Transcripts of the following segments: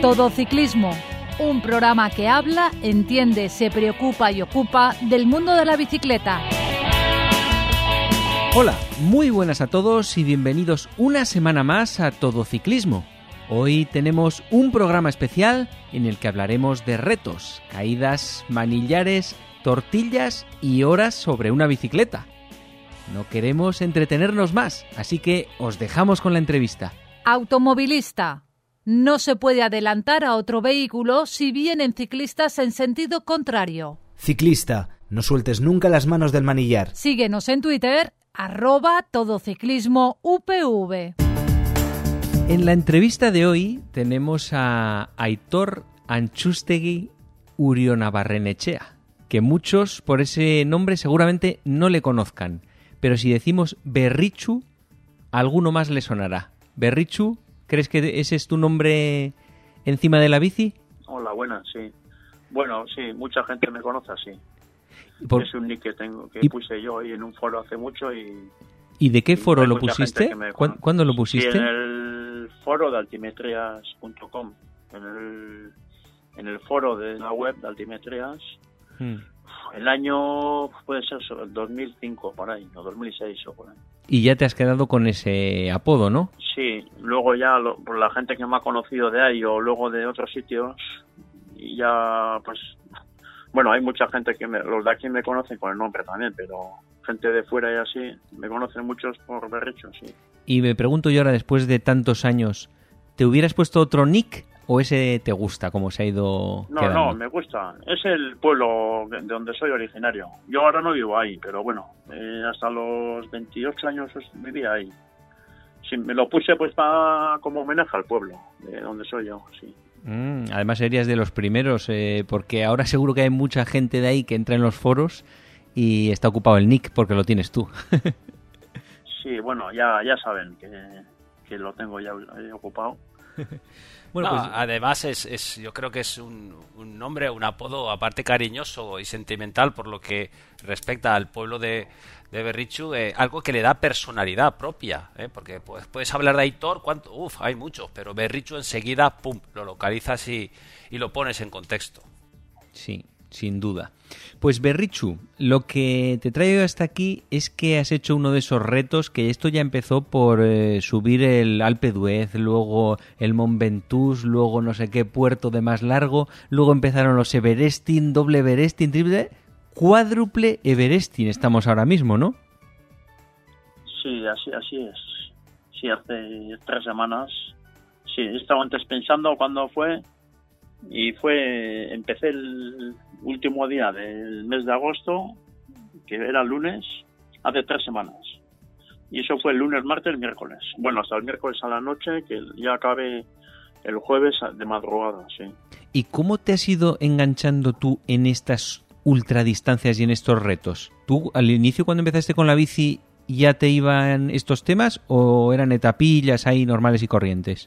Todo Ciclismo, un programa que habla, entiende, se preocupa y ocupa del mundo de la bicicleta. Hola, muy buenas a todos y bienvenidos una semana más a Todo Ciclismo. Hoy tenemos un programa especial en el que hablaremos de retos, caídas, manillares, tortillas y horas sobre una bicicleta. No queremos entretenernos más, así que os dejamos con la entrevista. Automovilista. No se puede adelantar a otro vehículo si vienen ciclistas en sentido contrario. Ciclista, no sueltes nunca las manos del manillar. Síguenos en Twitter, @todociclismoupv. En la entrevista de hoy tenemos a Aitor Antxustegi Urionabarrenetxea, que muchos por ese nombre seguramente no le conozcan, pero si decimos Berritxu, alguno más le sonará. Berritxu, ¿crees que ese es tu nombre encima de la bici? Hola, buenas, sí. Bueno, sí, mucha gente me conoce así. Es un nick que tengo, que puse yo ahí en un foro hace mucho y... ¿Y de qué foro lo pusiste? ¿Cuándo lo pusiste? Sí, en el foro de altimetrias.com, en el foro de la web de Altimetrias. El año puede ser sobre el 2005 por ahí, o 2006 o por ahí. Y ya te has quedado con ese apodo, ¿no? Sí, luego ya por la gente que me ha conocido de ahí o luego de otros sitios, y ya pues... Bueno, hay mucha gente que los de aquí me conocen con el nombre también, pero gente de fuera y así me conocen muchos por Berritxu, sí. Y me pregunto yo ahora, después de tantos años, ¿te hubieras puesto otro nick o ese te gusta, como se ha ido quedando? No, me gusta. Es el pueblo de donde soy originario. Yo ahora no vivo ahí, pero bueno, hasta los 28 años vivía ahí. Sí, me lo puse pues como homenaje al pueblo de donde soy yo, sí. Además serías de los primeros, porque ahora seguro que hay mucha gente de ahí que entra en los foros y está ocupado el nick porque lo tienes tú. Sí, bueno, ya saben que lo tengo ya ocupado. Bueno, pues además yo creo que es un nombre, un apodo aparte cariñoso y sentimental por lo que respecta al pueblo de Berritxu, algo que le da personalidad propia, porque pues, puedes hablar de Aitor, hay muchos, pero Berritxu enseguida, pum, lo localizas y lo pones en contexto. Sí, sin duda. Pues Berritxu, lo que te traigo hasta aquí es que has hecho uno de esos retos, que esto ya empezó por subir el Alpe d'Huez, luego el Mont Ventoux, luego no sé qué puerto de más largo, luego empezaron los Everesting, doble Everesting, triple, cuádruple Everesting estamos ahora mismo, ¿no? Sí, así es. Sí, hace 3 semanas. Sí, estaba antes pensando cuándo fue y empecé el último día del mes de agosto, que era el lunes, hace 3 semanas. Y eso fue el lunes, martes, miércoles. Bueno, hasta el miércoles a la noche, que ya acabé el jueves de madrugada, sí. ¿Y cómo te has ido enganchando tú en estas ultradistancias y en estos retos? ¿Tú al inicio cuando empezaste con la bici ya te iban estos temas o eran etapillas ahí normales y corrientes?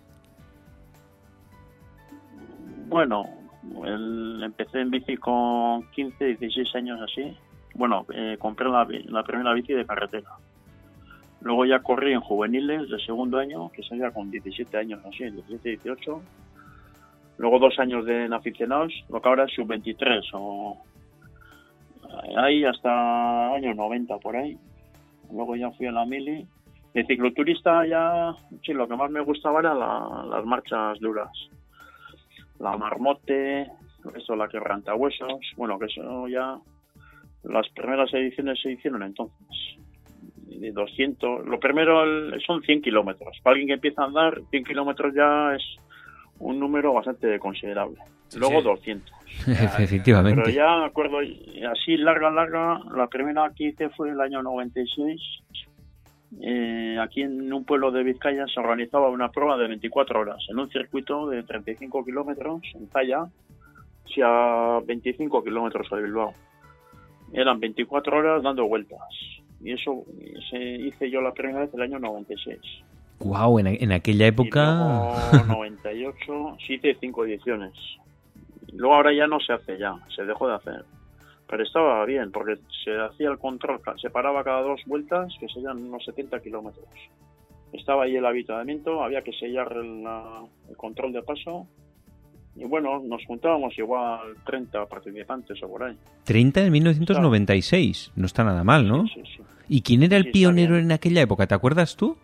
Bueno, empecé en bici con 15, 16 años así. Bueno, compré la primera bici de carretera. Luego ya corrí en juveniles de segundo año, que salía con 17 años así, 17, 18. Luego 2 años de aficionados, lo que ahora es sub-23 o ahí hasta años 90 por ahí. Luego ya fui a la mili. De cicloturista ya, sí, lo que más me gustaba eran las marchas duras. La Marmote, la Quebrantahuesos, bueno, que eso ya, las primeras ediciones se hicieron entonces, de 200, lo primero son 100 kilómetros, para alguien que empieza a andar, 100 kilómetros ya es un número bastante considerable, luego sí. 200. Efectivamente. Pero ya me acuerdo, así larga, la primera que hice fue el año 96, aquí en un pueblo de Vizcaya se organizaba una prueba de 24 horas en un circuito de 35 kilómetros en Zalla, hacia 25 kilómetros de Bilbao. Eran 24 horas dando vueltas y eso hice yo la primera vez el año 96. Guau, en aquella época. Y luego 98 sí hice 5 ediciones. Luego ahora ya no se hace, se dejó de hacer. Pero estaba bien, porque se hacía el control, se paraba cada 2 vueltas, que serían unos 70 kilómetros. Estaba ahí el avituallamiento, había que sellar el control de paso Y bueno, nos juntábamos igual 30 participantes o por ahí. 30 en 1996, no está nada mal, ¿no? Sí, sí. ¿Y quién era el Sí, pionero en aquella época? ¿Te acuerdas tú?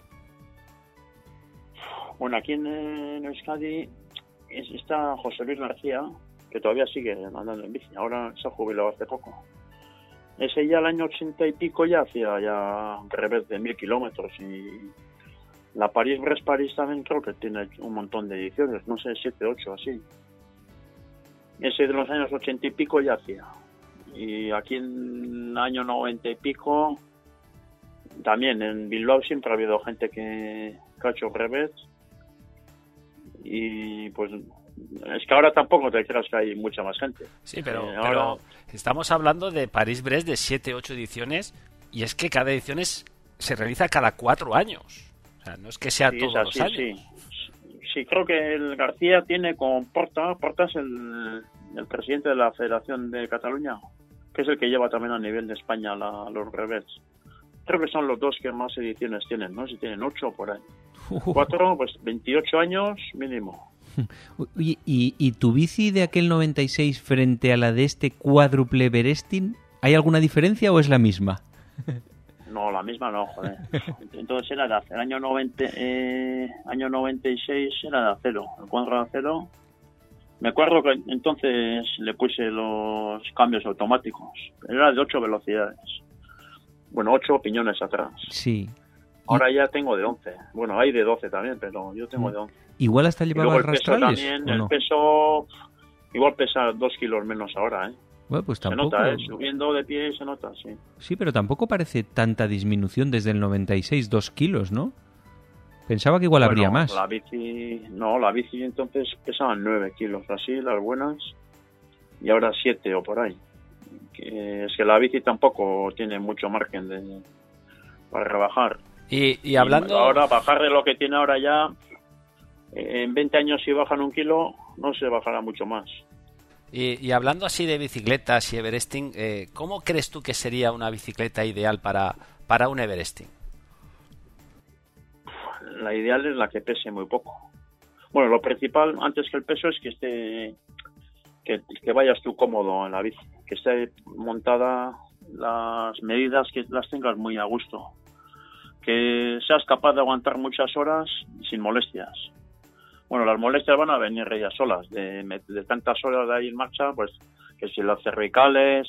Bueno, aquí en Euskadi está José Luis García, que todavía sigue andando en bici. Ahora se ha jubilado hace poco. Ese ya el año 80 y pico ya hacía ya revés de 1000 kilómetros. Y la París-Brest-París también creo que tiene un montón de ediciones, no sé, 7, 8, así. Ese de los años 80 y pico ya hacía. Y aquí en el año 90 y pico, también en Bilbao siempre ha habido gente que ha hecho revés. Y pues es que ahora tampoco te creas que hay mucha más gente. Sí, pero ahora estamos hablando de París-Brest de 7, 8 ediciones, y es que cada edición se realiza cada 4 años. O sea, no es que sea sí, todos los años. Sí, creo que el García tiene con Porta es el presidente de la Federación de Cataluña, que es el que lleva también a nivel de España los revés. Creo que son los dos que más ediciones tienen, ¿no? Si tienen 8 por ahí. 4, pues 28 años mínimo. Oye, ¿y tu bici de aquel 96 frente a la de este cuádruple Everesting, hay alguna diferencia o es la misma? No, la misma no, joder. Entonces era de acero. Año 96 era de acero. El cuadro de acero. Me acuerdo que entonces le puse los cambios automáticos. Era de 8 velocidades. Bueno, 8 piñones atrás. Sí. Ahora ya tengo de 11. Bueno, hay de 12 también, pero yo tengo de 11. ¿Igual hasta Y llevaba luego el peso rastrales? también, ¿o no? el peso igual pesa 2 kilos menos ahora, ¿eh? Bueno, pues Se tampoco... nota, ¿eh? Subiendo de pie se nota, sí. Sí, pero tampoco parece tanta disminución desde el 96, 2 kilos, ¿no? Pensaba que igual habría más. La bici entonces pesaban 9 kilos así, las buenas, y ahora 7 o por ahí. Es que la bici tampoco tiene mucho margen para rebajar. Y hablando... Y ahora, bajar de lo que tiene ahora ya, en 20 años si bajan 1 kilo, no se bajará mucho más. Y hablando así de bicicletas y Everesting, ¿cómo crees tú que sería una bicicleta ideal para un Everesting? La ideal es la que pese muy poco. Bueno, lo principal antes que el peso es que vayas tú cómodo en la bici, que esté montada las medidas, que las tengas muy a gusto, que seas capaz de aguantar muchas horas sin molestias. Bueno, las molestias van a venir ellas solas, de tantas horas de ahí en marcha, pues que si las cervicales...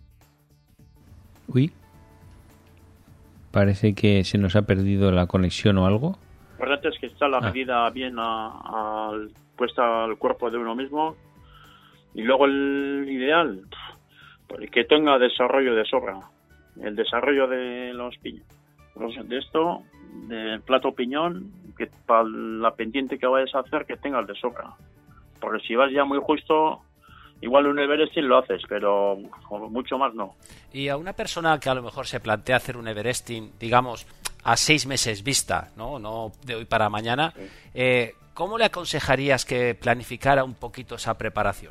Uy, parece que se nos ha perdido la conexión o algo. Lo importante es que está la medida bien puesta al cuerpo de uno mismo. Y luego el ideal, pues que tenga desarrollo de sobra. El desarrollo de los piñones. De esto, del plato piñón, que para la pendiente que vayas a hacer, que tengas de sobra. Porque si vas ya muy justo, igual un Everesting lo haces, pero mucho más no. Y a una persona que a lo mejor se plantea hacer un Everesting, digamos, a 6 meses vista, no de hoy para mañana, sí. ¿Cómo le aconsejarías que planificara un poquito esa preparación?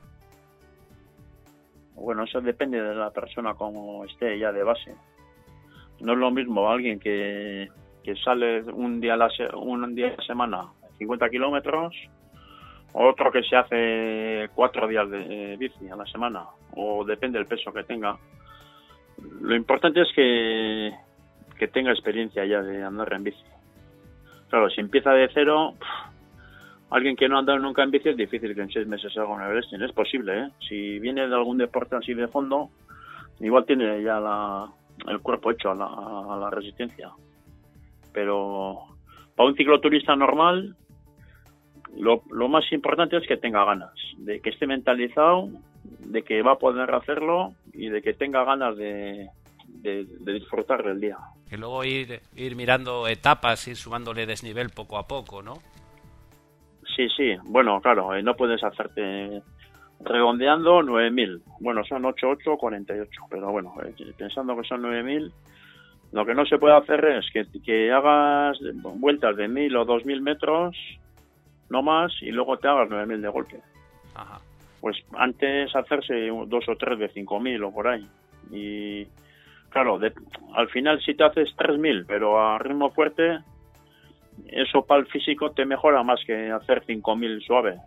Bueno, eso depende de la persona como esté ya de base. No es lo mismo alguien que sale un día a la semana 50 kilómetros, o otro que se hace 4 días de bici a la semana, o depende del peso que tenga. Lo importante es que tenga experiencia ya de andar en bici. Claro, si empieza de cero, alguien que no ha andado nunca en bici es difícil que en 6 meses haga un Everesting. Es posible, ¿eh? Si viene de algún deporte así de fondo, igual tiene ya el cuerpo hecho a la resistencia. Pero para un cicloturista normal, lo más importante es que tenga ganas, de que esté mentalizado, de que va a poder hacerlo y de que tenga ganas de disfrutar del día. Y luego ir mirando etapas, ir sumándole desnivel poco a poco, ¿no? Sí. Bueno, claro, no puedes hacerte redondeando 9.000. Bueno, son 8.48, pero bueno, pensando que son 9.000, lo que no se puede hacer es que hagas vueltas de 1.000 o 2.000 metros, no más, y luego te hagas 9.000 de golpe. Ajá. Pues antes hacerse 2 o 3 de 5.000 o por ahí. Y claro, al final si te haces 3.000, pero a ritmo fuerte, eso para el físico te mejora más que hacer 5.000 suave.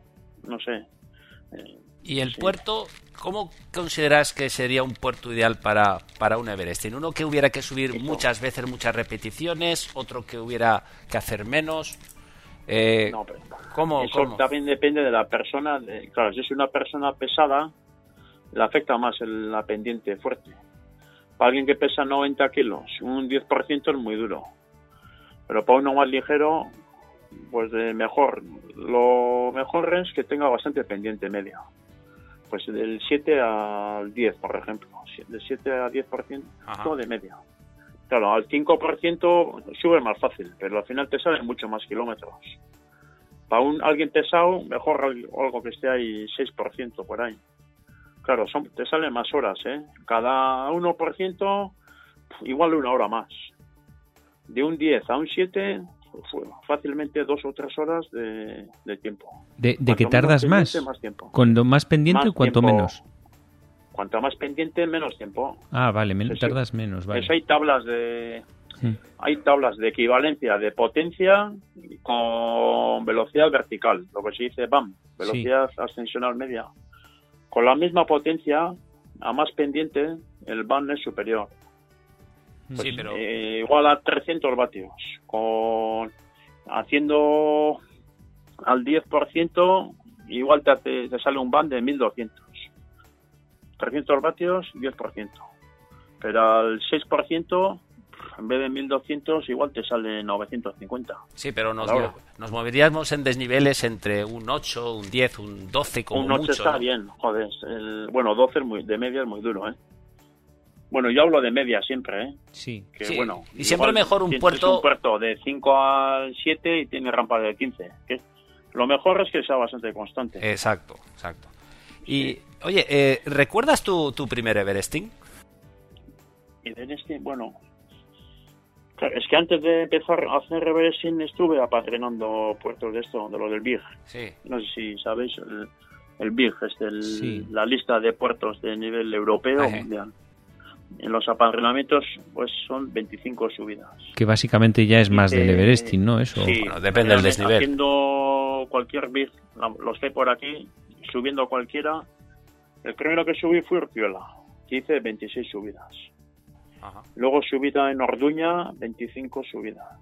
no sé. ¿Y el puerto, cómo consideras que sería un puerto ideal para un Everesting? ¿Uno que hubiera que subir muchas veces, muchas repeticiones? ¿Otro que hubiera que hacer menos? No, pero ¿Cómo? también depende de la persona. Claro, si es una persona pesada, le afecta más la pendiente fuerte. Para alguien que pesa 90 kilos, un 10% es muy duro. Pero para uno más ligero, pues mejor. Lo mejor es que tenga bastante pendiente media. Pues del 7 al 10, por ejemplo. Del 7 a 10% de media. Claro, al 5% sube más fácil, pero al final te salen mucho más kilómetros. Para alguien pesado, mejor algo que esté ahí 6% por ahí. Claro, te salen más horas, ¿eh? Cada 1%, igual 1 hora más. De un 10 a un 7, fácilmente 2 o 3 horas de tiempo. ¿De que tardas más? Tiempo. ¿Cuando más pendiente o cuanto menos? Cuanto más pendiente, menos tiempo. Ah, vale, tardas menos, vale. Eso hay tablas de equivalencia de potencia con velocidad vertical, lo que se dice BAM, velocidad ascensional media. Con la misma potencia, a más pendiente, el BAM es superior. Pues, sí, pero... igual a 300 vatios. Haciendo al 10%, igual te sale un BAM de 1200. 300 vatios, 10%. Pero al 6%, en vez de 1200, igual te sale 950. Sí, pero nos moveríamos en desniveles entre un 8, un 10, un 12 como mucho. Un 8 está bien, joder. 12 de media es muy duro, ¿eh? Bueno, yo hablo de media siempre, ¿eh? Sí. Que, sí. Bueno, y siempre mejor un puerto... un puerto de 5 al 7 y tiene rampa de 15. Que lo mejor es que sea bastante constante. Exacto. Y, oye, ¿recuerdas tu primer Everesting? Everesting, bueno... Claro, es que antes de empezar a hacer Everesting estuve apadrinando puertos de lo del BIG. Sí. No sé si sabéis, el BIG es la lista de puertos de nivel europeo o mundial. En los apadrinamientos pues son 25 subidas. Que básicamente ya es más del Everesting, ¿no? Eso. Sí, bueno, depende del desnivel. Haciendo cualquier BIG, los que hay por aquí, subiendo cualquiera. El primero que subí fue Urquiola, que hice 26 subidas. Ajá. Luego subida en Orduña, 25 subidas.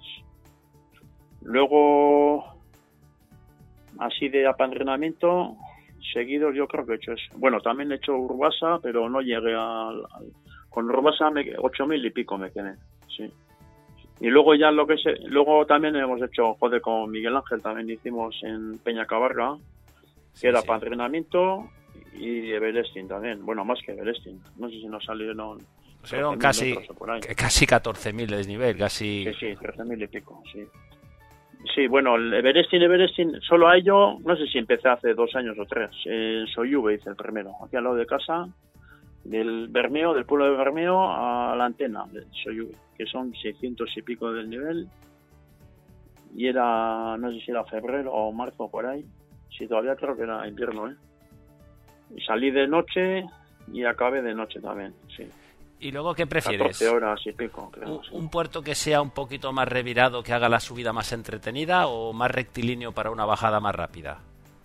Luego, así de apadrinamiento, seguidos yo creo que he hecho eso. Bueno, también he hecho Urbasa, pero no llegué con Urbasa 8.000 y pico me quedé, sí. Y luego ya luego también hemos hecho, con Miguel Ángel también hicimos en Peñacabarga, que era apadrinamiento y Everesting también. Bueno, más que Everesting. No sé si nos salieron... Fueron casi 14.000 de desnivel, casi... Sí, 13.000 y pico, sí. Sí, bueno, el Everesting, solo a ello, no sé si empecé hace 2 años o 3. En Soyuve hice el primero, aquí al lado de casa, del pueblo de Bermeo a la antena de Soyuve, que son 600 y pico del nivel. Y era, no sé si era febrero o marzo por ahí. Sí, todavía creo que era invierno, ¿eh? Y salí de noche y acabé de noche también, sí. ¿Y luego qué prefieres? 14 horas y pico, creo. ¿Un puerto que sea un poquito más revirado, que haga la subida más entretenida, o más rectilíneo para una bajada más rápida?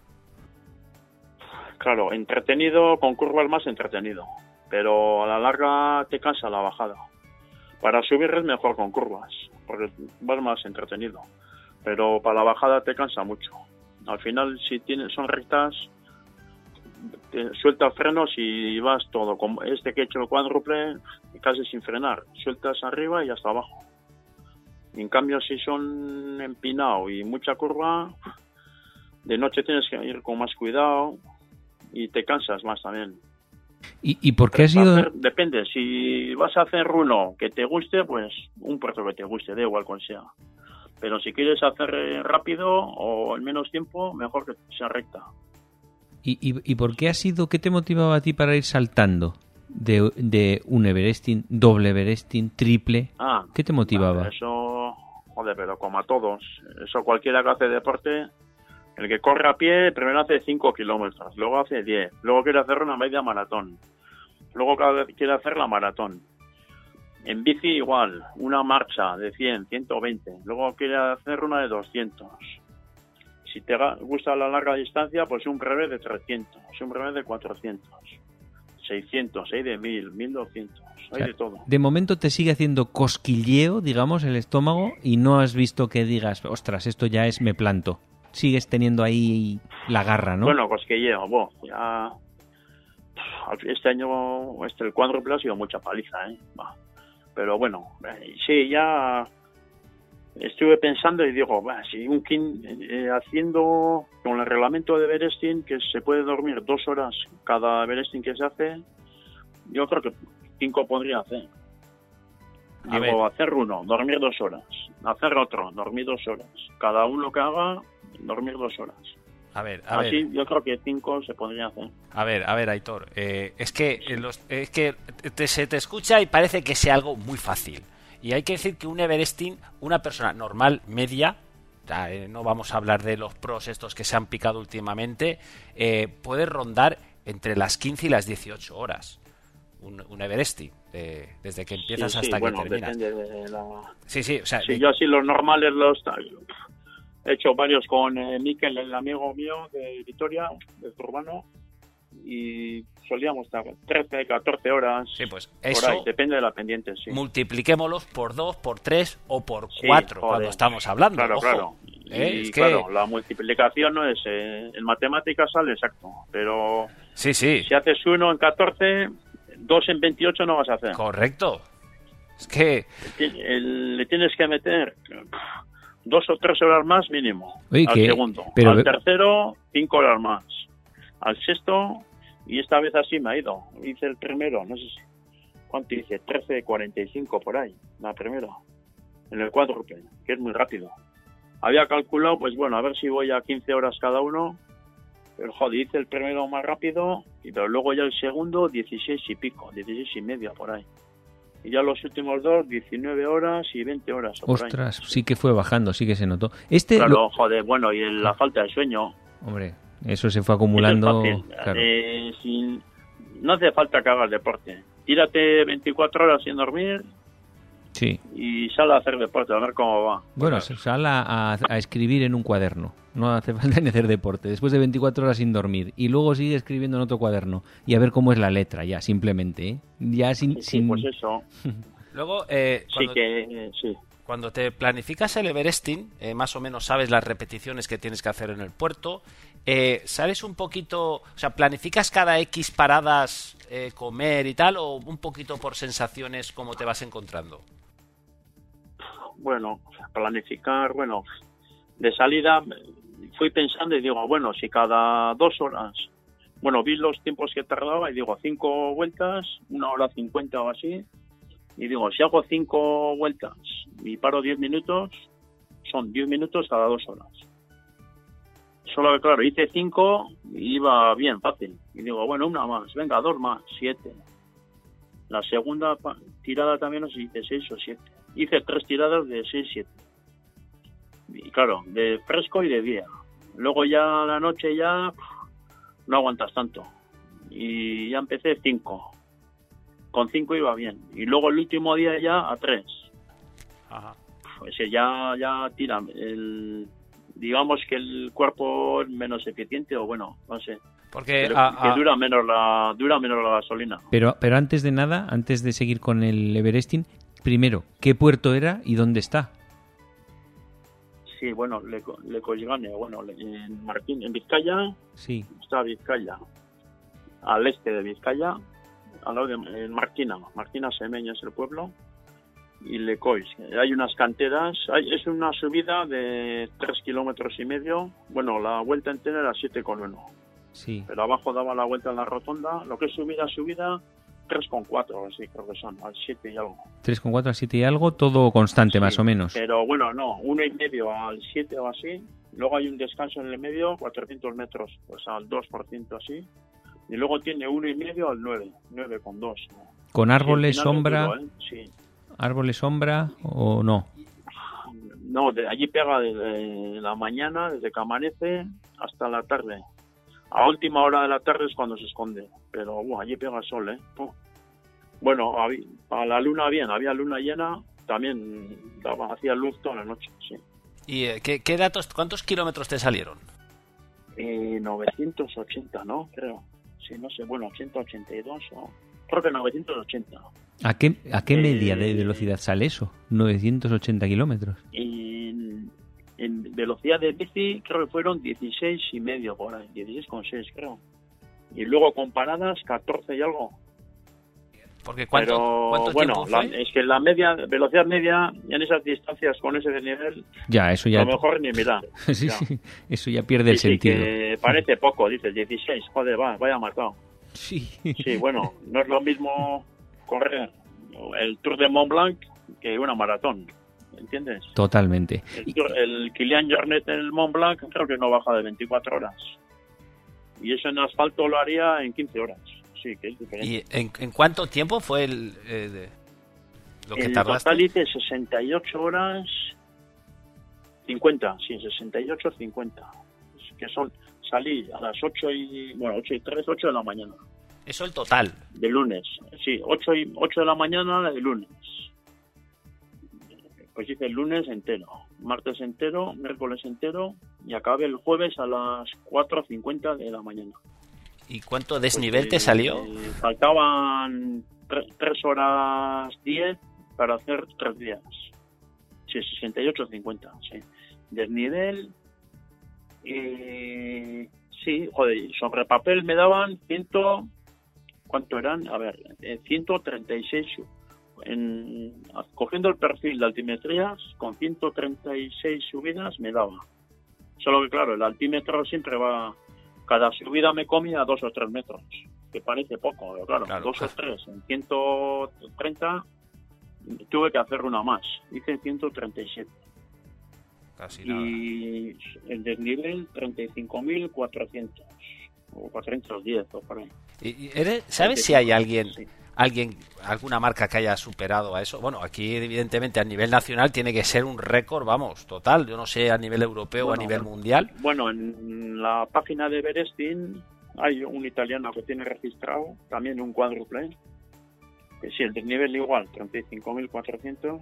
Claro, entretenido, con curvas más entretenido. Pero a la larga te cansa la bajada. Para subir es mejor con curvas, porque vas más entretenido. Pero para la bajada te cansa mucho. Al final, si son rectas... sueltas frenos y vas todo, como que he hecho el cuádruple casi sin frenar, sueltas arriba y hasta abajo. Y en cambio si son empinado y mucha curva, de noche tienes que ir con más cuidado y te cansas más también. ¿Y por qué ha sido...? Depende, si vas a hacer uno que te guste, pues un puerto que te guste, da igual cual sea. Pero si quieres hacer rápido o en menos tiempo, mejor que sea recta. ¿Y por qué qué te motivaba a ti para ir saltando de un Everesting, doble Everesting, triple? ¿Qué te motivaba? Eso, pero como a todos. Eso cualquiera que hace deporte, el que corre a pie, primero hace 5 kilómetros, luego hace 10, luego quiere hacer una media maratón, luego quiere hacer la maratón. En bici igual, una marcha de 100, 120, luego quiere hacer una de 200. si te gusta la larga distancia, pues un brevet de 300, un brevet de 400, 600, hay de 1000, 1200, hay de todo. De momento te sigue haciendo cosquilleo, digamos, el estómago, y no has visto que digas, ostras, esto ya es me planto. Sigues teniendo ahí la garra, ¿no? Bueno, cosquilleo, ya... Este año, el cuádruple ha sido mucha paliza, pero bueno, sí, ya estuve pensando y digo, si un haciendo con el reglamento de Everesting, que se puede dormir 2 horas cada Everesting que se hace, yo creo que 5 podría hacer. Digo, hacer uno, dormir 2 horas, hacer otro, dormir 2 horas, cada uno que haga, dormir 2 horas. Así yo creo que 5 se podría hacer. A ver, Aitor, es que se te escucha y parece que sea algo muy fácil. Y hay que decir que un Everesting, una persona normal, media, no vamos a hablar de los pros estos que se han picado últimamente, puede rondar entre las 15 y las 18 horas. Un Everesting, desde que empiezas hasta que terminas. Depende de la... Sí, o sea... yo así los normales he hecho varios con Miquel, el amigo mío de Vitoria, de Zurbano, y solíamos estar 13, 14 horas. Sí, pues eso, por ahí, depende de la pendiente, sí. Multipliquémoslos por 2, por 3 o por 4 cuando estamos hablando. Claro, ojo. Claro. Y claro, la multiplicación no es... en matemáticas sale exacto, pero... Sí. Si haces 1 en 14, 2 en 28 no vas a hacer. Correcto. Es que... Le tienes que meter 2 o 3 horas más mínimo. Oye, al segundo. Pero... Al tercero, 5 horas más. Al sexto, y esta vez así me ha ido. Hice el primero, no sé cuánto hice, 13:45 por ahí, la primera. En el cuádruple, que es muy rápido. Había calculado, pues bueno, a ver si voy a 15 horas cada uno. Pero joder, hice el primero más rápido, pero luego ya el segundo, 16 y pico, 16 y media por ahí. Y ya los últimos 2, 19 horas y 20 horas. Ostras, sí que fue bajando, sí que se notó. Claro, joder, bueno, y la falta de sueño. Hombre, eso se fue acumulando. Es fácil. Claro. No hace falta que hagas deporte. Tírate 24 horas sin dormir. Sí. Y sal a hacer deporte, a ver cómo va. Bueno, sal a escribir en un cuaderno. No hace falta ni hacer deporte. Después de 24 horas sin dormir. Y luego sigue escribiendo en otro cuaderno. Y a ver cómo es la letra, ya, simplemente. ¿Eh? Ya sin... pues eso. Luego, sí. Cuando te planificas el Everesting, más o menos sabes las repeticiones que tienes que hacer en el puerto. ¿Sabes un poquito, o sea, planificas cada X paradas comer y tal, o un poquito por sensaciones cómo te vas encontrando? Bueno, planificar, de salida fui pensando y digo, bueno, si cada 2 horas, vi los tiempos que tardaba y digo 5 vueltas, 1 hora 50 o así, y digo, si hago 5 vueltas y paro 10 minutos, son 10 minutos cada 2 horas. Solo que claro, hice 5 y iba bien, fácil. Y digo, bueno, una más, venga, 2 más, 7. La segunda tirada también, no sé si hice 6 o 7. Hice 3 tiradas de 6, 7. Y claro, de fresco y de día. Luego ya a la noche ya no aguantas tanto. Y ya empecé 5. Con 5 iba bien. Y luego el último día ya a 3. Ajá. Pues ya tira. Digamos que el cuerpo es menos eficiente o no sé. Porque que dura menos la gasolina. Pero antes de nada, antes de seguir con el Everesting, primero, ¿qué puerto era y dónde está? Sí, Le Collgane, en Martín, en Vizcaya. Sí. Está Vizcaya. Al este de Vizcaya, al lado de Martina Semeña es el pueblo. Y Lecois. Hay unas canteras, es una subida de 3,5 kilómetros. La vuelta entera era 7,1. Sí. Pero abajo daba la vuelta en la rotonda. Lo que es subida, 3,4, así creo que son, al 7 y algo. 3,4 al 7 y algo, todo constante, sí, más o menos. Pero no, 1,5 al 7 o así. Luego hay un descanso en el medio, 400 metros, pues al 2% así. Y luego tiene 1,5 al 9,2. ¿Con árboles, sombra? Duro, sí. ¿Árboles, sombra o no? No, allí pega desde la mañana, desde que amanece hasta la tarde. A última hora de la tarde es cuando se esconde, pero allí pega el sol, a la luna bien, había luna llena, también hacía luz toda la noche, sí. ¿Y qué datos, cuántos kilómetros te salieron? 980, ¿no? Creo. Sí, no sé, bueno, 182 o... Creo que 980. ¿A qué media de velocidad sale eso? 980 kilómetros. En velocidad de bici creo que fueron 16 y medio por ahí, 16,6 creo. Y luego comparadas 14 y algo. Porque ¿cuánto bueno, tiempo fue? Es que la velocidad media, en esas distancias con ese desnivel, ya, eso ya... a lo mejor ni mirar. Sí, sí, eso ya pierde el sentido. Que parece poco, dices 16, joder, vaya marcado. Sí. Sí, bueno, no es lo mismo correr el Tour de Mont Blanc que una maratón, ¿entiendes? Totalmente. El Kilian Jornet en el Mont Blanc creo que no baja de 24 horas. Y eso en asfalto lo haría en 15 horas. Sí, que es diferente. ¿Y en cuánto tiempo fue lo que tardaste? Total hice 68 horas 50, sí, 68, 50. Que salí a las 8 y 3, 8 de la mañana. Eso el total. De lunes, sí, 8 de la mañana de lunes. Pues hice el lunes entero, martes entero, miércoles entero y acabé el jueves a las 4:50 de la mañana. ¿Y cuánto desnivel te salió? Faltaban 3 horas 10 para hacer 3 días. Sí, 68-50, sí. Desnivel, sí, joder, sobre papel me daban ¿cuánto eran? A ver, 136, cogiendo el perfil de altimetrías, con 136 subidas me daba. Solo que claro, el altímetro siempre va... Cada subida me comía 2 o 3 metros, que parece poco, pero claro, 2 o 3 en 130 tuve que hacer una más, hice 137. Casi nada. Y el desnivel 35.400 o 410 o por ahí. ¿Sabes si hay alguien, Sí. alguna marca que haya superado a eso? Bueno, aquí evidentemente a nivel nacional tiene que ser un récord, vamos, total. Yo no sé a nivel europeo o a nivel mundial. Bueno, en la página de Berestin hay un italiano que tiene registrado también un cuádruple. Que sí, el desnivel igual, 35.400.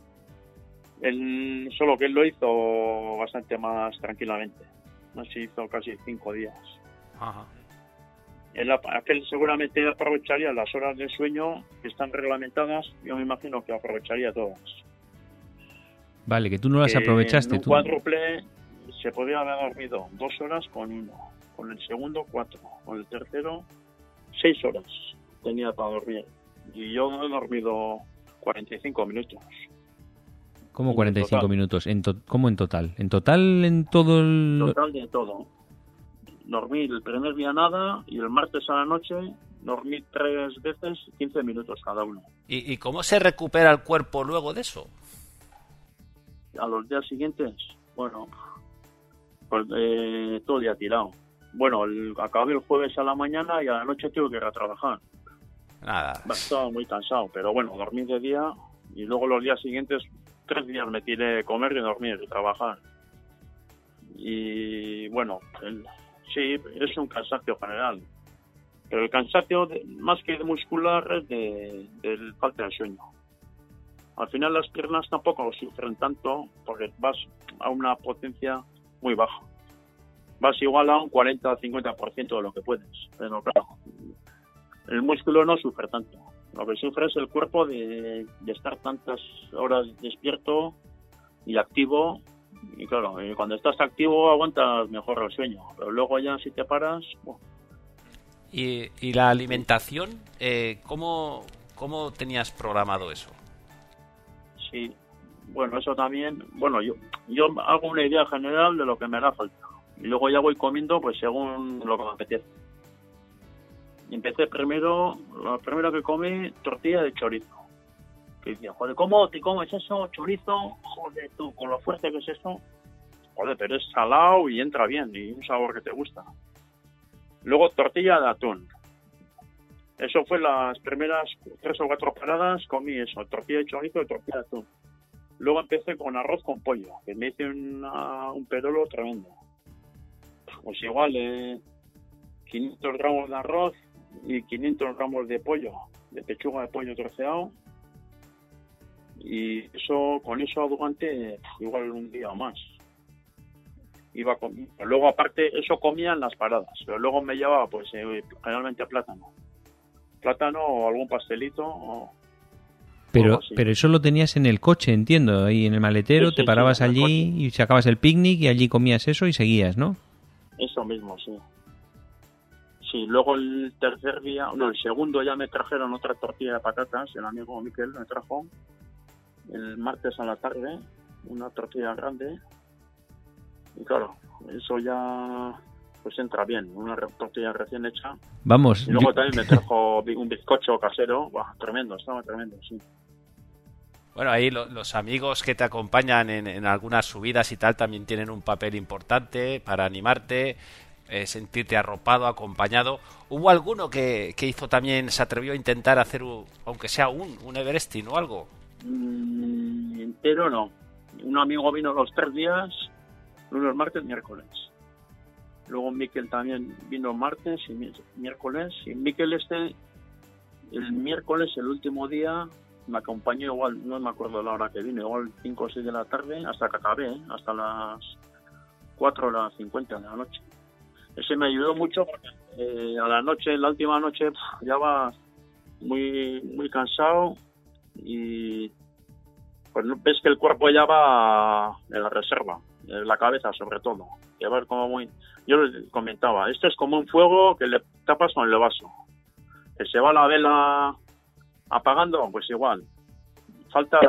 Solo que él lo hizo bastante más tranquilamente. No sé, hizo casi 5 días. Ajá. Aquel seguramente aprovecharía las horas de sueño que están reglamentadas. Yo me imagino que aprovecharía todas. Vale, que tú no las aprovechaste. En un cuádruple se podría haber dormido 2 horas con uno, con el segundo 4, con el tercero 6 horas tenía para dormir. Y yo he dormido 45 minutos. ¿Cómo 45 minutos? ¿Cómo en total? ¿En total en todo el...? Total de todo. Dormí el primer día nada y el martes a la noche dormí 3 veces 15 minutos cada uno. ¿Y cómo se recupera el cuerpo luego de eso? A los días siguientes, bueno, pues todo el día tirado. Bueno, acabé el jueves a la mañana y a la noche tuve que ir a trabajar. Nada. Estaba muy cansado, pero bueno, dormí de día y luego los días siguientes 3 días me tiré comer y dormir y trabajar. Y bueno, sí, es un cansancio general. Pero el cansancio, más que muscular, es del falta de sueño. Al final las piernas tampoco sufren tanto porque vas a una potencia muy baja. Vas igual a un 40-50% de lo que puedes. Pero claro, el músculo no sufre tanto. Lo que sufre es el cuerpo de estar tantas horas despierto y activo. Y claro, cuando estás activo aguantas mejor el sueño. Pero luego ya si te paras... Bueno. ¿Y la alimentación? ¿Cómo tenías programado eso? Sí, bueno, eso también... Bueno, yo hago una idea general de lo que me hará falta. Y luego ya voy comiendo pues según lo que me apetece. Empecé la primera que comí, tortilla de chorizo. Que decía, joder, ¿cómo te comes eso? Chorizo, joder, tú, con lo fuerte que es eso. Joder, pero es salado y entra bien, y un sabor que te gusta. Luego tortilla de atún. Eso fue las primeras 3 o 4 paradas, comí eso, tortilla de chorizo y tortilla de atún. Luego empecé con arroz con pollo, que me hice un perolo tremendo. Pues igual, 500 gramos de arroz y 500 gramos de pollo, de pechuga de pollo troceado. Y con eso aguanté igual un día o más. Luego aparte eso comía en las paradas, pero luego me llevaba pues generalmente plátano o algún pastelito pero eso lo tenías en el coche, entiendo, ahí en el maletero, te parabas allí y sacabas el picnic y allí comías eso y seguías, ¿no? Eso mismo, sí, luego el segundo ya me trajeron otra tortilla de patatas, el amigo Miquel me trajo el martes a la tarde una tortilla grande. Y claro, eso ya pues entra bien, una tortilla recién hecha. Vamos. Y luego también me trajo un bizcocho casero. Buah, estaba tremendo, sí. Bueno, ahí los amigos que te acompañan en algunas subidas y tal también tienen un papel importante para animarte, sentirte arropado, acompañado. ¿Hubo alguno que hizo también, se atrevió a intentar hacer, aunque sea un Everesting o algo? Entero no. Un amigo vino los 3 días, lunes, martes, miércoles. Luego Miquel también vino martes y miércoles. Y Miquel el miércoles, el último día, me acompañó igual, no me acuerdo la hora que vino, igual 5 o 6 de la tarde, hasta que acabé, hasta las 4:50 de la noche. Ese me ayudó mucho porque a la noche, la última noche, ya va muy, muy cansado y pues ves que el cuerpo ya va en la reserva, en la cabeza sobre todo. Que va como yo les comentaba, esto es como un fuego que le tapas con el vaso. Que se va la vela apagando, pues igual. Falta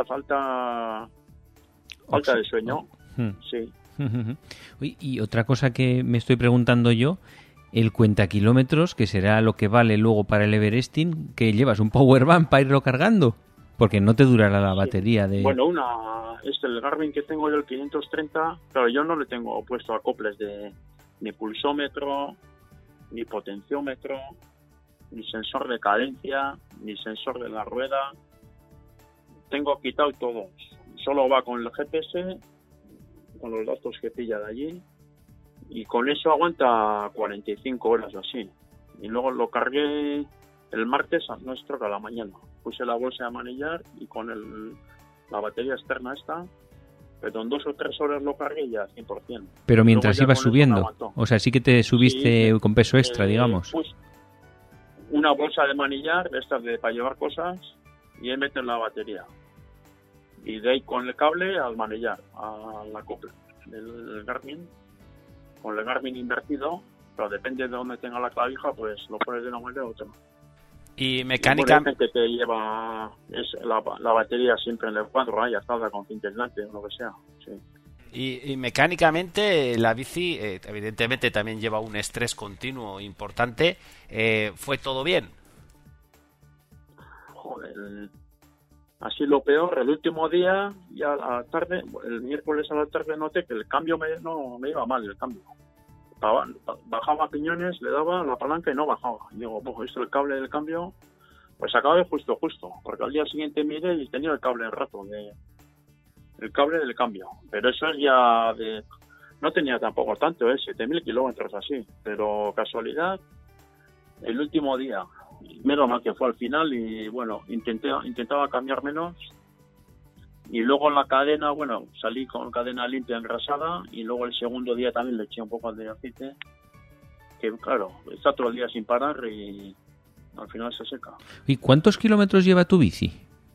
de sueño. Sí. Y otra cosa que me estoy preguntando yo, el cuentakilómetros, que será lo que vale luego para el Everesting, que llevas un powerbank para irlo cargando, porque no te durará la batería de... Bueno, el Garmin que tengo yo, el 530, claro, yo no le tengo puesto acoples de ni pulsómetro, ni potenciómetro, ni sensor de cadencia, ni sensor de la rueda. Tengo quitado todo. Solo va con el GPS, con los datos que pilla de allí, y con eso aguanta 45 horas o así. Y luego lo cargué el martes a la mañana. Puse la bolsa de manillar y con la batería externa pero en 2 o 3 horas lo cargué ya 100%. Pero mientras ibas subiendo, o sea, sí que te subiste con peso extra, digamos. Pues una bolsa de manillar, para llevar cosas, y ahí meter la batería. Y de ahí con el cable al manillar, a la copla del Garmin, con el Garmin invertido, pero depende de dónde tenga la clavija, pues lo pones de una manera u otra. Y mecánicamente te lleva la batería siempre en el cuadro, ya está con cinta aislante o lo que sea. Sí. Y mecánicamente la bici evidentemente también lleva un estrés continuo importante. ¿Fue todo bien? Joder, así lo peor, el último día, ya a la tarde, el miércoles a la tarde noté que el cambio me iba mal, el cambio. Bajaba piñones, le daba la palanca y no bajaba. Y digo, esto el cable del cambio, pues acabé justo, porque al día siguiente miré y tenía el cable rato, el cable del cambio. Pero eso es ya no tenía tampoco tanto, 7.000 kilómetros así. Pero casualidad, el último día, menos mal que fue al final y bueno, intentaba cambiar menos. Y luego la cadena, salí con cadena limpia engrasada y luego el segundo día también le eché un poco de aceite, que claro, está todo el día sin parar y al final se seca. ¿Y cuántos kilómetros lleva tu bici?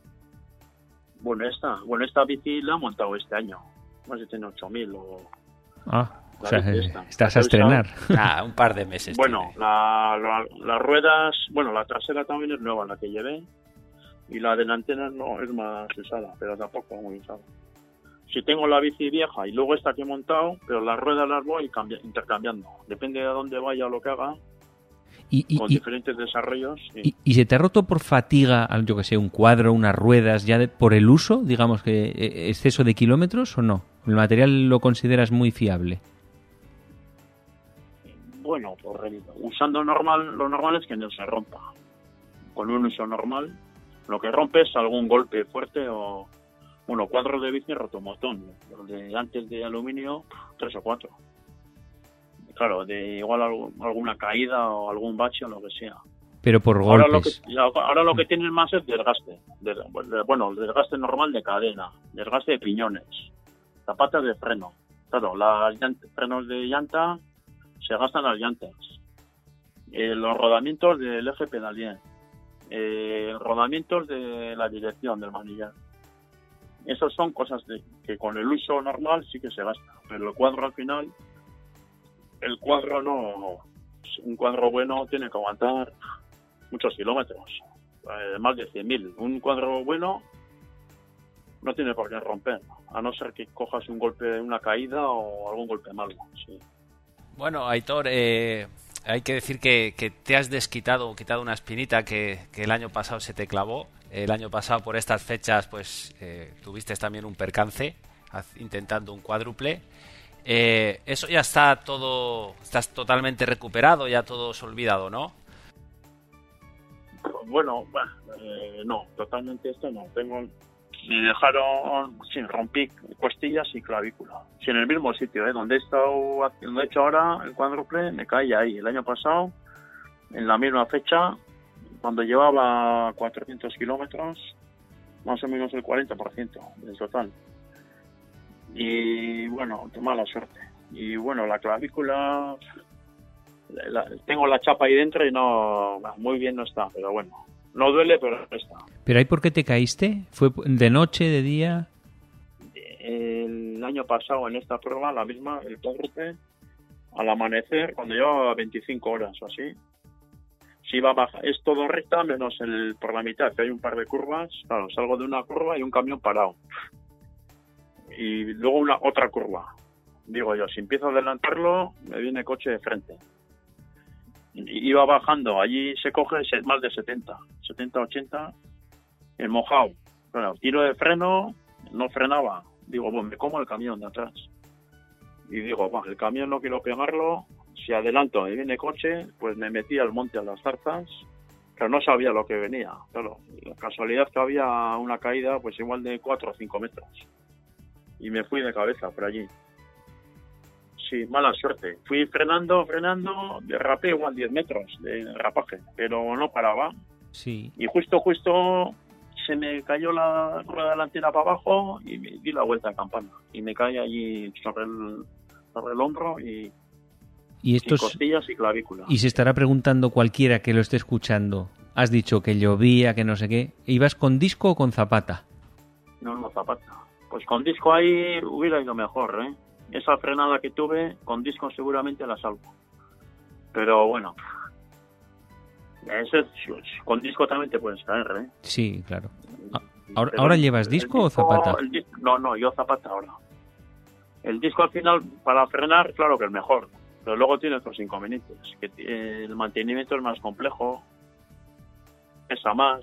Esta bici la he montado este año, más de 8.000 o... O sea, estás a estrenar. Un par de meses. Bueno, las ruedas, la trasera también es nueva, la que llevé. Y la delantera no es más usada, pero tampoco muy usada. Si tengo la bici vieja y luego esta que he montado, pero las ruedas las voy intercambiando. Depende de dónde vaya o lo que haga, con diferentes desarrollos. Sí. ¿Y se te ha roto por fatiga, yo que sé, un cuadro, unas ruedas, ya por el uso, digamos que exceso de kilómetros o no? ¿El material lo consideras muy fiable? Bueno, usando lo normal es que no se rompa. Con un uso normal, lo que rompe es algún golpe fuerte o... cuadros de bici roto un montón. De antes de aluminio, 3 o 4. Claro, de igual alguna caída o algún bache o lo que sea. Pero por Ahora golpes. ahora lo que tienen más es desgaste. Bueno, desgaste normal de cadena, desgaste de piñones, zapatas de freno. Claro, frenos de llanta se gastan las llantas. Los rodamientos del eje pedalier. Rodamientos de la dirección del manillar. Esas son cosas que con el uso normal sí que se gasta. Pero el cuadro al final, el cuadro no... Un cuadro bueno tiene que aguantar muchos kilómetros, más de 100.000. Un cuadro bueno no tiene por qué romper, a no ser que cojas un golpe, una caída o algún golpe malo. Sí. Bueno, Aitor, hay que decir que te has quitado una espinita que el año pasado se te clavó. El año pasado por estas fechas pues tuviste también un percance intentando un cuádruple. Eso ya está todo, estás totalmente recuperado, ya todo es olvidado, ¿no? Bueno, no, totalmente esto no. Me dejaron sin rompí costillas y clavícula. Sí, en el mismo sitio, donde he hecho ahora el cuádruple, me caí ahí. El año pasado, en la misma fecha, cuando llevaba 400 kilómetros, más o menos el 40% del total. Y bueno, mala suerte. Y bueno, la clavícula, tengo la chapa ahí dentro y no, muy bien no está, pero bueno. No duele, pero no está. ¿Pero ahí por qué te caíste? ¿Fue de noche, de día? El año pasado en esta prueba, la misma, el cuádruple, al amanecer, cuando llevaba 25 horas o así, si iba a bajar, es todo recta menos por la mitad, que hay un par de curvas. Claro, salgo de una curva y un camión parado. Y luego otra curva. Digo yo, si empiezo a adelantarlo, me viene coche de frente. Iba bajando, allí se coge más de 70, 80, en mojado. Bueno, tiro de freno, no frenaba. Digo, bueno, me como el camión de atrás. Y digo, bueno, el camión no quiero pegarlo, si adelanto y viene coche, pues me metí al monte a las zarzas, pero no sabía lo que venía. Claro, la casualidad que había una caída, pues igual de 4 o 5 metros. Y me fui de cabeza por allí. Sí, mala suerte. Fui frenando, derrapé igual 10 metros de rapaje, pero no paraba. Sí. Y justo se me cayó la rueda delantera para abajo y me di la vuelta a campana. Y me caí allí sobre el hombro y costillas y clavícula. Y se estará preguntando cualquiera que lo esté escuchando. Has dicho que llovía, que no sé qué. ¿Ibas con disco o con zapata? No, zapata. Pues con disco ahí hubiera ido mejor, ¿eh? Esa frenada que tuve, con disco seguramente la salvo. Pero bueno, con disco también te puedes caer, ¿eh? Sí, claro. ¿Ahora llevas disco o zapata? No, yo zapata ahora. El disco al final, para frenar, claro que es mejor. Pero luego tiene otros inconvenientes. Que el mantenimiento es más complejo, pesa más.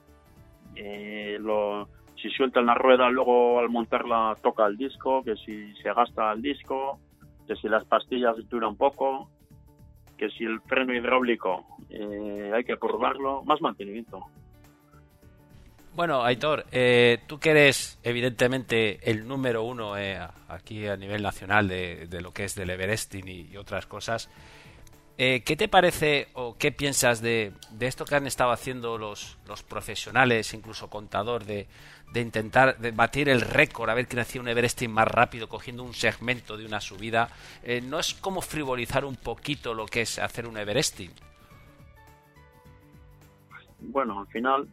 Si sueltan la rueda, luego al montarla toca el disco, que si se gasta el disco, que si las pastillas duran poco, que si el freno hidráulico hay que probarlo, más mantenimiento. Bueno, Aitor, tú que eres evidentemente el número uno aquí a nivel nacional de lo que es del Everesting y otras cosas, ¿qué te parece o qué piensas de esto que han estado haciendo los profesionales, incluso Contador, de intentar batir el récord, a ver quién hacía un Everesting más rápido cogiendo un segmento de una subida? ¿No es como frivolizar un poquito lo que es hacer un Everesting? Bueno, al final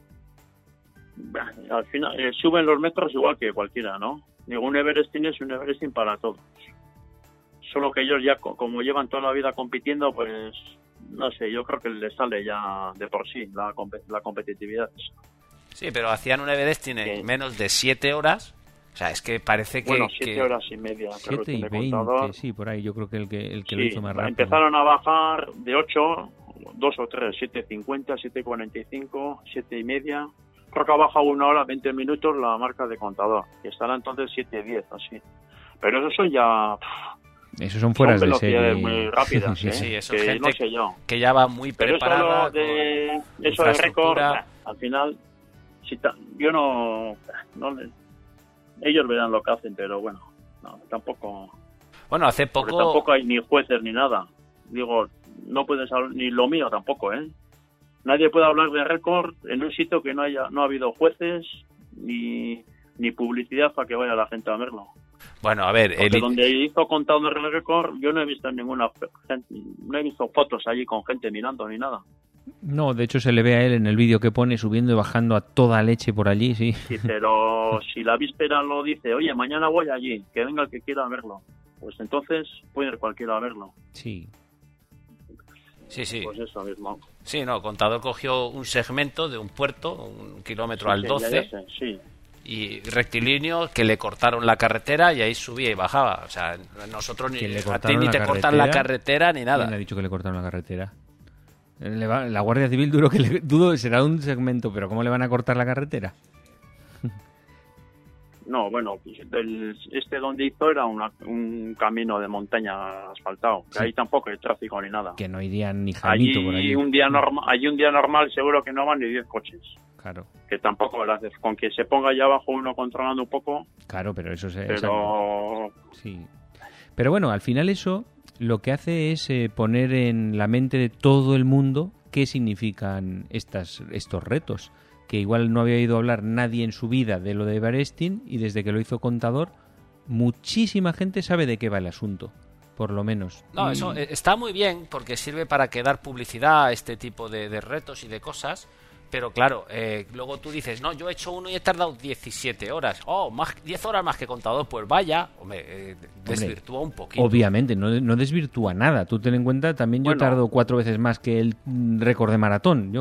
suben los metros igual que cualquiera, ¿no? Digo, un Everesting es un Everesting para todos. Solo que ellos ya, como llevan toda la vida compitiendo, pues, no sé, yo creo que les sale ya de por sí la competitividad. Sí, pero hacían un Everesting en menos de 7 horas. O sea, es que parece que... Bueno, 7 horas y media. 7 y 20, contador. Sí, por ahí. Yo creo que el que sí, lo hizo más rápido. Empezaron a bajar de 8, 2 o 3, 7.50, 7.45, 7 y media. Creo que ha bajado 1 hora, 20 minutos la marca de Contador. Que estará entonces 7.10, así. Pero eso son ya... Esos son fueras de serie. Muy rápidas, sí, eso es que gente no sé yo. Que ya va muy preparada. Pero eso de récord, al final, yo no ellos verán lo que hacen, pero bueno, no, tampoco. Bueno, hace poco. Porque tampoco hay ni jueces ni nada. Digo, no puedes hablar, ni lo mío tampoco, ¿eh? nadie puede hablar de récord en un sitio que no ha habido jueces ni publicidad para que vaya la gente a verlo. Bueno, a ver, donde hizo Contador el récord, yo no he visto ninguna gente, no he visto fotos allí con gente mirando ni nada. No, de hecho se le ve a él en el vídeo que pone subiendo y bajando a toda leche por allí, sí. Sí, pero si la víspera lo dice, oye, mañana voy allí, que venga el que quiera verlo, pues entonces puede ir cualquiera a verlo. Sí. Sí. Pues eso mismo. Sí, no, Contador cogió un segmento de un puerto, 1 kilómetro al 12, ya sé, sí. Y rectilíneo, que le cortaron la carretera y ahí subía y bajaba. O sea, nosotros a ti ni te cortan la carretera ni nada. ¿Quién ha dicho que le cortaron la carretera? La Guardia Civil dudo será un segmento, pero ¿cómo le van a cortar la carretera? No, bueno, donde hizo era un camino de montaña asfaltado. Sí. Ahí tampoco hay tráfico ni nada. Que no irían ni Jaimito por allí. Un día normal seguro que no van ni 10 coches. Claro. Que tampoco lo haces. Con que se ponga allá abajo uno controlando un poco. Claro, pero eso se... Pero... Sí. Pero bueno, al final eso lo que hace es poner en la mente de todo el mundo qué significan estos retos. Que igual no había oído hablar nadie en su vida de lo de Everesting, y desde que lo hizo Contador, muchísima gente sabe de qué va el asunto, por lo menos. No, eso está muy bien porque sirve para que dar publicidad a este tipo de retos y de cosas, pero claro, luego tú dices, no, yo he hecho uno y he tardado 17 horas. Oh, 10 horas más que Contador, pues vaya, desvirtúa un poquito. Obviamente, no desvirtúa nada. Tú ten en cuenta, también yo tardo 4 veces más que el récord de maratón.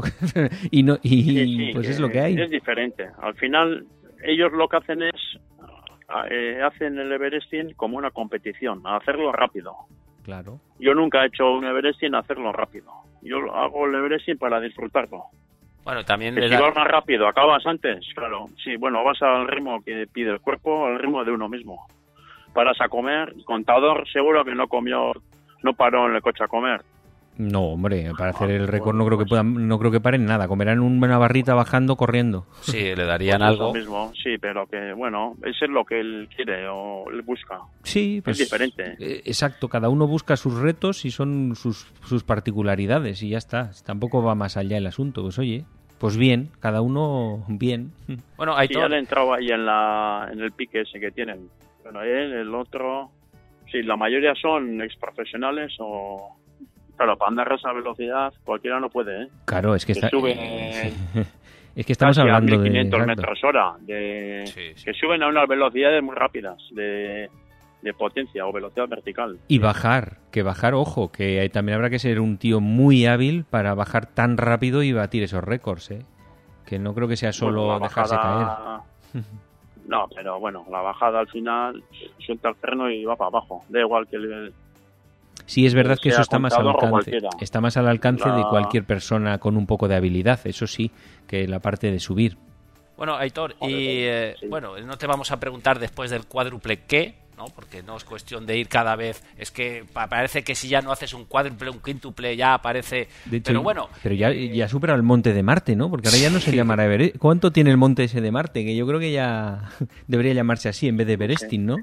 Sí, pues es lo que hay. Es diferente. Al final, ellos lo que hacen es, hacen el Everesting como una competición, a hacerlo rápido. Claro. Yo nunca he hecho un Everesting a hacerlo rápido. Yo hago el Everesting para disfrutarlo. Bueno, también si vas más rápido, acabas antes, claro. Sí, bueno, vas al ritmo que pide el cuerpo, al ritmo de uno mismo. Paras a comer, Contador seguro que no paró en el coche a comer. No, hombre, para hacer el récord no creo que paren nada. Comerán una barrita bajando, corriendo. Sí, le darían algo. Lo mismo, sí, pero que bueno, eso es lo que él quiere o él busca. Sí, pues, es diferente. Exacto, cada uno busca sus retos y son sus particularidades y ya está. Tampoco va más allá el asunto, pues oye. Pues bien, cada uno bien. Bueno, hay ya le he entrado ahí en el pique ese que tienen. Bueno, él, el otro... Sí, la mayoría son exprofesionales o... Claro, para andar a esa velocidad cualquiera no puede, ¿eh? Claro, es que sube... es que estamos hablando de 1500 metros hora. Sí. Que suben a unas velocidades muy rápidas de potencia o velocidad vertical. Y bajar, ojo, que también habrá que ser un tío muy hábil para bajar tan rápido y batir esos récords, ¿eh? Que no creo que sea solo dejarse caer. No, pero bueno, la bajada al final suelta el freno y va para abajo. Da igual que Sí, es verdad que eso está más al alcance. Está más al alcance de cualquier persona con un poco de habilidad, eso sí, que la parte de subir. Bueno, Aitor, bueno, no te vamos a preguntar después del cuádruple qué, ¿no? Porque no es cuestión de ir cada vez. Es que parece que si ya no haces un cuádruple, un quíntuple, ya aparece. De hecho, pero bueno. Pero ya supera el monte de Marte, ¿no? Porque ahora ya no se llamará Everest. ¿Cuánto tiene el monte ese de Marte? Que yo creo que ya debería llamarse así en vez de Everesting, ¿no?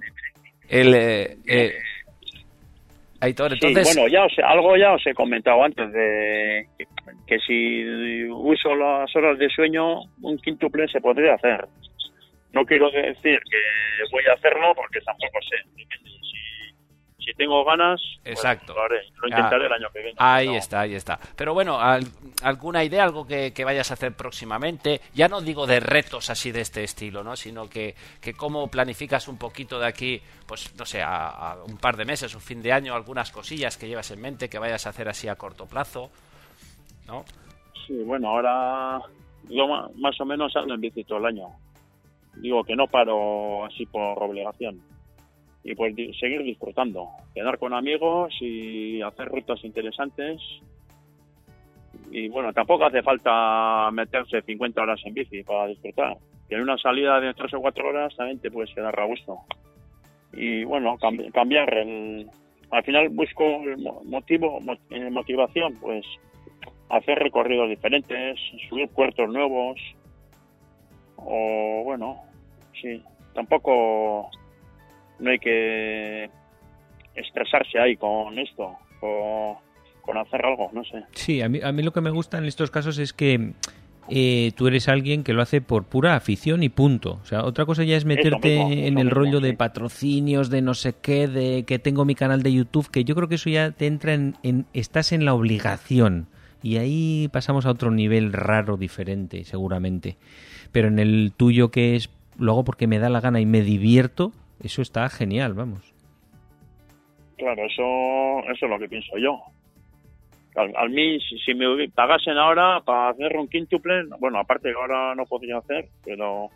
Aitor, entonces... Sí, bueno, algo ya os he comentado antes de que si uso las horas de sueño, un quíntuple se podría hacer. No quiero decir que voy a hacerlo porque tampoco sé. Si tengo ganas, exacto. Pues lo haré. Lo intentaré el año que viene. Ahí está. Pero bueno, ¿alguna idea, algo que vayas a hacer próximamente? Ya no digo de retos así de este estilo, ¿no? Sino que cómo planificas un poquito de aquí, pues no sé, a un par de meses, un fin de año, algunas cosillas que llevas en mente que vayas a hacer así a corto plazo, ¿no? Sí, bueno, ahora yo más o menos ando en bici todo el año. Digo que no paro así por obligación. Y pues seguir disfrutando, quedar con amigos y hacer rutas interesantes. Y bueno, tampoco hace falta meterse 50 horas en bici para disfrutar. Que en una salida de 3 o 4 horas también te puedes quedar a gusto. Y bueno, cambiar. Al final busco motivación, pues hacer recorridos diferentes, subir puertos nuevos. O bueno, sí, tampoco... No hay que estresarse ahí con esto, o con hacer algo, no sé. Sí, a mí lo que me gusta en estos casos es que tú eres alguien que lo hace por pura afición y punto. O sea, otra cosa ya es meterte en el rollo de patrocinios, de no sé qué, de que tengo mi canal de YouTube, que yo creo que eso ya te entra estás en la obligación. Y ahí pasamos a otro nivel raro, diferente, seguramente. Pero en el tuyo, que es lo hago porque me da la gana y me divierto, eso está genial, vamos. Claro, eso es lo que pienso yo. A mí, si me pagasen ahora para hacer un quíntuple, bueno, aparte que ahora no podría hacer, pero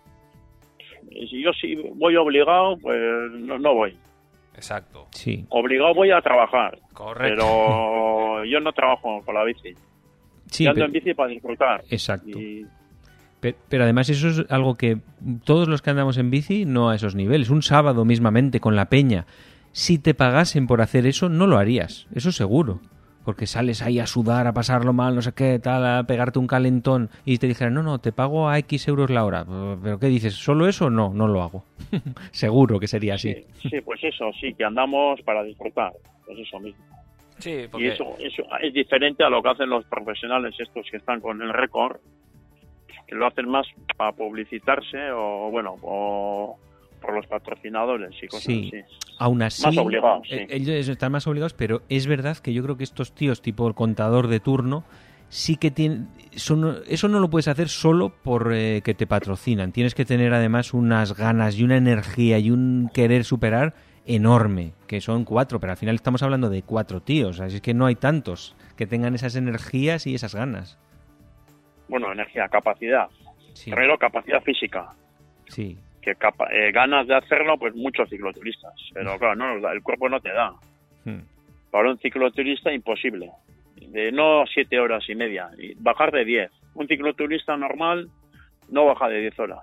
si yo sí voy obligado, pues no voy. Exacto. Sí. Obligado voy a trabajar. Correcto. Pero yo no trabajo con la bici. Sí, yo ando en bici para disfrutar. Exacto. Pero además eso es algo que todos los que andamos en bici, no a esos niveles. Un sábado mismamente con la peña, si te pagasen por hacer eso, no lo harías. Eso seguro. Porque sales ahí a sudar, a pasarlo mal, no sé qué, tal, a pegarte un calentón y te dijeran, no, te pago a X euros la hora. ¿Pero qué dices? ¿Solo eso? No lo hago. Seguro que sería así. Sí, pues eso, sí, que andamos para disfrutar. Pues eso mismo. Sí, porque... Y eso es diferente a lo que hacen los profesionales estos que están con el récord, que lo hacen más para publicitarse o, bueno, o por los patrocinadores y cosas así. Aún así, más obligados, sí. Ellos están más obligados, pero es verdad que yo creo que estos tíos, tipo el contador de turno, sí que tienen... Eso no lo puedes hacer solo por que te patrocinan. Tienes que tener además unas ganas y una energía y un querer superar enorme, que son 4, pero al final estamos hablando de 4 tíos, así es que no hay tantos que tengan esas energías y esas ganas. Bueno, energía, capacidad. Sí. Primero, capacidad física. Sí. Que ganas de hacerlo, pues muchos cicloturistas, pero claro, no, el cuerpo no te da. Para un cicloturista imposible, de no 7 horas y media, y bajar de 10. Un cicloturista normal no baja de 10 horas.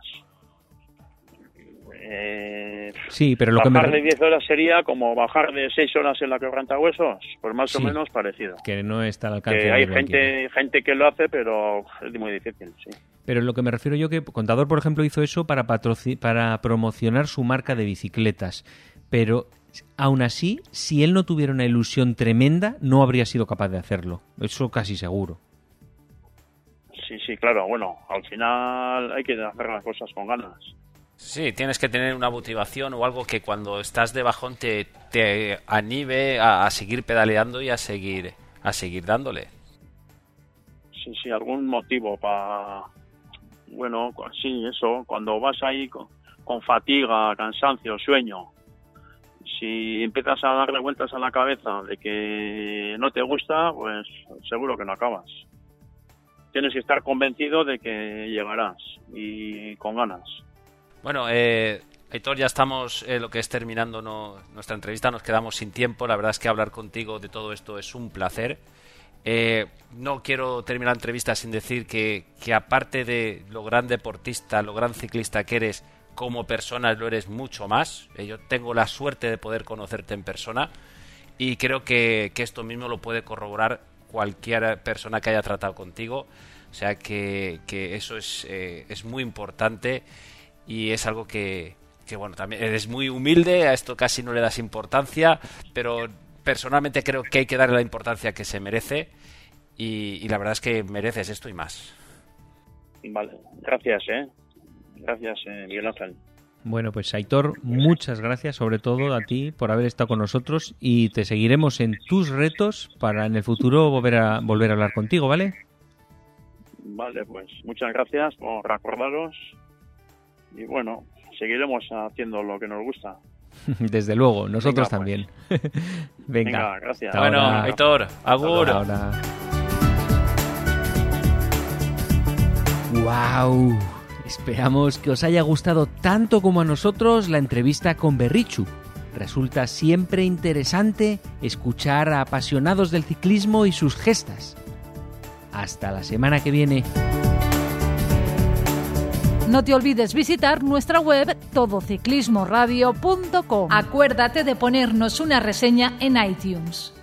Sí, pero lo bajar que de 10 horas sería como bajar de 6 horas en la quebrantahuesos, pues más o menos parecido. Que no está al alcance. Que hay gente que lo hace, pero es muy difícil, sí. Pero lo que me refiero yo, que Contador, por ejemplo, hizo eso para promocionar su marca de bicicletas. Pero aún así, si él no tuviera una ilusión tremenda, no habría sido capaz de hacerlo. Eso casi seguro. Sí, claro. Bueno, al final hay que hacer las cosas con ganas. Sí, tienes que tener una motivación o algo que cuando estás de bajón te anime a seguir pedaleando y a seguir dándole. Sí, algún motivo para... Bueno, sí, eso, cuando vas ahí con fatiga, cansancio, sueño, si empiezas a darle vueltas a la cabeza de que no te gusta, pues seguro que no acabas. Tienes que estar convencido de que llegarás y con ganas. Bueno, Aitor, ya estamos lo que es terminando nuestra entrevista, nos quedamos sin tiempo. La verdad es que hablar contigo de todo esto es un placer. No quiero terminar la entrevista sin decir que aparte de lo gran deportista, lo gran ciclista que eres, como persona lo eres mucho más. Yo tengo la suerte de poder conocerte en persona y creo que esto mismo lo puede corroborar cualquier persona que haya tratado contigo. O sea que eso es muy importante y es algo que bueno, también eres muy humilde, a esto casi no le das importancia, pero personalmente creo que hay que darle la importancia que se merece y la verdad es que mereces esto y más. Vale, gracias, Gracias, Miguel Ángel. Bueno, pues Aitor, muchas gracias sobre todo a ti por haber estado con nosotros y te seguiremos en tus retos para en el futuro volver a hablar contigo, ¿vale? Vale, pues muchas gracias por recordaros y bueno, seguiremos haciendo lo que nos gusta. Desde luego, nosotros también. Venga, gracias. Bueno, Aitor, agur. ¡Wow! Esperamos que os haya gustado tanto como a nosotros la entrevista con Berritxu. Resulta siempre interesante escuchar a apasionados del ciclismo y sus gestas. Hasta la semana que viene. No te olvides visitar nuestra web todociclismoradio.com. Acuérdate de ponernos una reseña en iTunes.